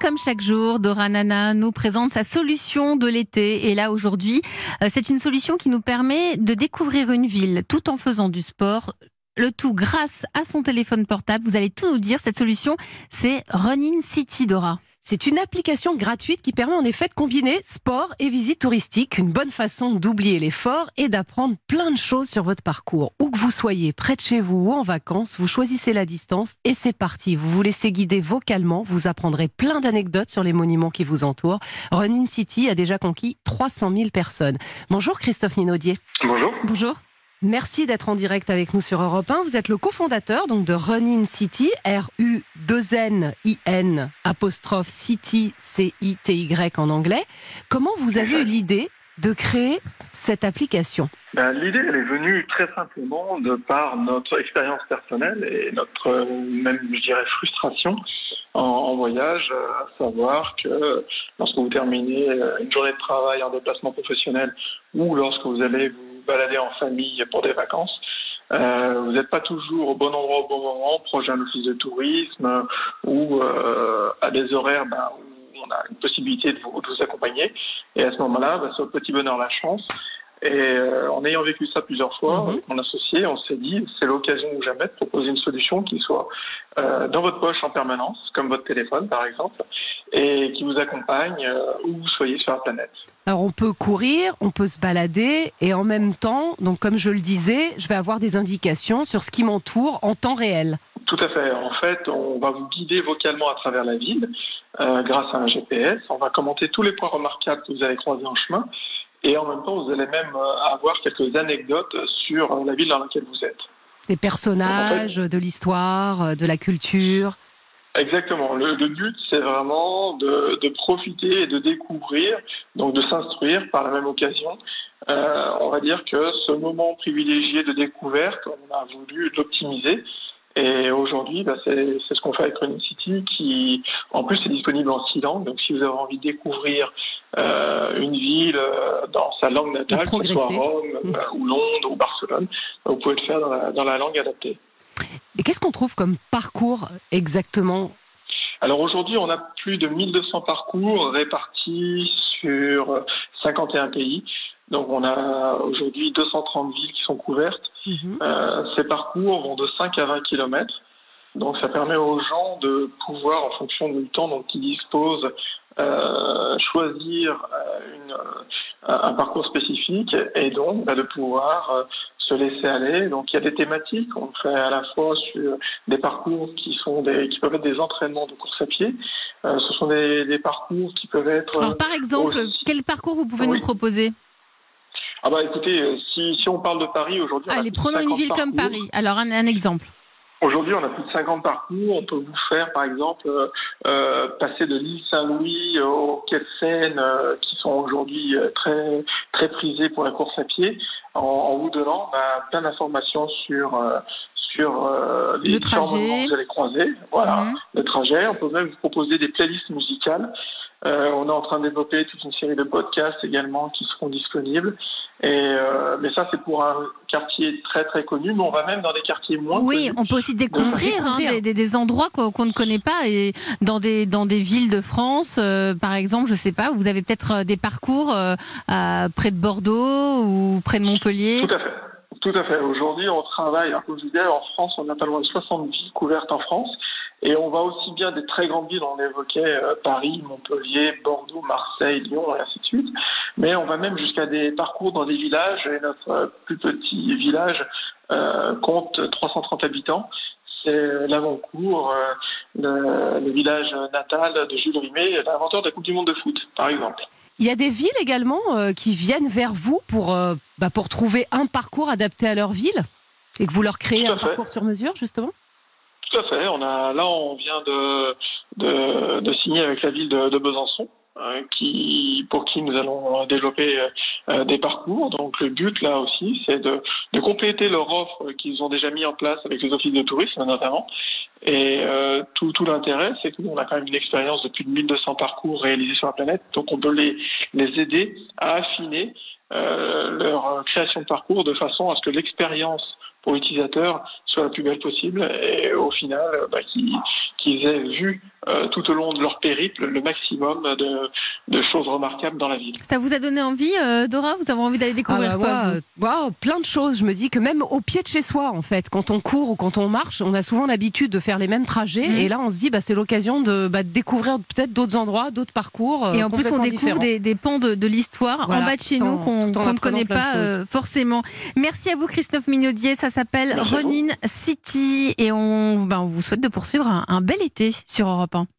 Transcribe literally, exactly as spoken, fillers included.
comme chaque jour, Dora Nana nous présente sa solution de l'été. Et là, aujourd'hui, c'est une solution qui nous permet de découvrir une ville tout en faisant du sport. Le tout grâce à son téléphone portable. Vous allez tout nous dire. Cette solution, c'est Running City, Dora. C'est une application gratuite qui permet en effet de combiner sport et visite touristique. Une bonne façon d'oublier l'effort et d'apprendre plein de choses sur votre parcours. Où que vous soyez, près de chez vous ou en vacances, vous choisissez la distance et c'est parti. Vous vous laissez guider vocalement. Vous apprendrez plein d'anecdotes sur les monuments qui vous entourent. Running City a déjà conquis trois cent mille personnes. Bonjour Christophe Minaudier. Bonjour. Bonjour. Merci d'être en direct avec nous sur Europe un. Vous êtes le cofondateur donc de Running City, R U deux N I N apostrophe City, C I T Y en anglais. Comment vous avez eu l'idée de créer cette application ? Ben, l'idée, elle est venue très simplement de par notre expérience personnelle et notre, euh, même, je dirais, frustration en, en voyage, à savoir que lorsque vous terminez une journée de travail en déplacement professionnel ou lorsque vous allez vous balader en famille pour des vacances, euh, vous n'êtes pas toujours au bon endroit au bon moment, proche d'un office de tourisme ou euh, à des horaires ben, où on a une possibilité de vous, de vous accompagner. Et à ce moment-là, ben, c'est au petit bonheur la chance. Et euh, en ayant vécu ça plusieurs fois, mmh. avec mon associé, on s'est dit c'est l'occasion ou jamais de proposer une solution qui soit euh, dans votre poche en permanence, comme votre téléphone par exemple, et qui vous accompagne euh, où vous soyez sur la planète. Alors on peut courir, on peut se balader et en même temps, donc comme je le disais, je vais avoir des indications sur ce qui m'entoure en temps réel. Tout à fait. En fait, on va vous guider vocalement à travers la ville euh, grâce à un G P S. On va commenter tous les points remarquables que vous allez croiser en chemin. Et en même temps, vous allez même avoir quelques anecdotes sur la ville dans laquelle vous êtes. Des personnages, en fait, de l'histoire, de la culture. Exactement. Le, le but, c'est vraiment de, de profiter et de découvrir, donc de s'instruire par la même occasion. Euh, on va dire que ce moment privilégié de découverte, on a voulu l'optimiser. Et aujourd'hui, bah c'est, c'est ce qu'on fait avec Running City, qui en plus est disponible en six langues. Donc si vous avez envie de découvrir euh, une ville euh, dans sa langue natale, que ce soit Rome mmh. euh, ou Londres ou Barcelone, vous pouvez le faire dans la, dans la langue adaptée. Et qu'est-ce qu'on trouve comme parcours exactement ? Alors aujourd'hui, on a plus de mille deux cents parcours répartis sur cinquante et un pays. Donc on a aujourd'hui deux cent trente villes qui sont couvertes. Mmh. Euh, ces parcours vont de cinq à vingt kilomètres. Donc ça permet aux gens de pouvoir, en fonction du temps dont ils disposent, euh, choisir une, un parcours spécifique et donc bah, de pouvoir euh, se laisser aller. Donc il y a des thématiques. On fait à la fois sur des parcours qui sont des, qui peuvent être des entraînements de course à pied. Euh, ce sont des, des parcours qui peuvent être. Alors par exemple, aussi... quel parcours vous pouvez oui. nous proposer ? Ah bah écoutez, si, si on parle de Paris aujourd'hui... Allez, prenons une ville parcours. comme Paris. Alors un, un exemple. Aujourd'hui, on a plus de cinquante parcours. On peut vous faire, par exemple, euh, euh, passer de l'île Saint-Louis au quai de Seine, euh, qui sont aujourd'hui euh, très très prisés pour la course à pied, en, en vous donnant bah, plein d'informations sur euh, sur euh, les différents moments que vous allez croiser. Voilà, mmh. le trajet. On peut même vous proposer des playlists musicales. Euh, on est en train de développer toute une série de podcasts également qui seront disponibles. Et euh, mais ça, c'est pour un quartier très très connu. Mais on va même dans des quartiers moins oui, connus. Oui, on peut aussi découvrir, hein, des, des, des endroits qu'on, qu'on ne connaît pas. Et dans des dans des villes de France, euh, par exemple, je sais pas, vous avez peut-être des parcours euh, à, près de Bordeaux ou près de Montpellier. Tout à fait. Tout à fait. Aujourd'hui, on travaille, alors, comme je disais, en France, on a pas loin de soixante villes couvertes en France. Et on va aussi bien des très grandes villes, on évoquait euh, Paris, Montpellier, Bordeaux, Marseille, Lyon, et ainsi de suite. Mais on va même jusqu'à des parcours dans des villages. Et notre euh, plus petit village euh, compte trois cent trente habitants. C'est l'Avoncourt, euh, le, le village natal de Jules Rimet, l'inventeur de la Coupe du Monde de foot, par exemple. Il y a des villes également euh, qui viennent vers vous pour, euh, bah, pour trouver un parcours adapté à leur ville et que vous leur créez un parcours sur mesure, justement ? Tout à fait. On a, là, on vient de, de, de signer avec la ville de, de Besançon, hein, qui, pour qui nous allons développer euh, des parcours. Donc le but, là aussi, c'est de, de compléter leur offre qu'ils ont déjà mis en place avec les offices de tourisme, notamment. Et euh, tout, tout l'intérêt, c'est que nous, on a quand même une expérience de plus de mille deux cents parcours réalisés sur la planète. Donc on peut les, les aider à affiner euh, leur création de parcours de façon à ce que l'expérience pour l'utilisateur soit la plus belle possible et au final bah, qu'ils, qu'ils aient vu euh, tout au long de leur périple le maximum de, de choses remarquables dans la ville. Ça vous a donné envie, euh, Dora? Vous avez envie d'aller découvrir ah bah, quoi ouais, vous wow, plein de choses. Je me dis que même au pied de chez soi, en fait, quand on court ou quand on marche, on a souvent l'habitude de faire les mêmes trajets. Mmh. Et là, on se dit, bah, c'est l'occasion de, bah, de découvrir peut-être d'autres endroits, d'autres parcours. Euh, et en plus, on découvre différents. des, des pans de, de l'histoire voilà, en bas de chez tout nous en, qu'on, qu'on ne connaît pas euh, forcément. Merci à vous, Christophe Minaudier. Ça s'appelle Running City et on, bah, on vous souhaite de poursuivre un, un bel été sur Europe un.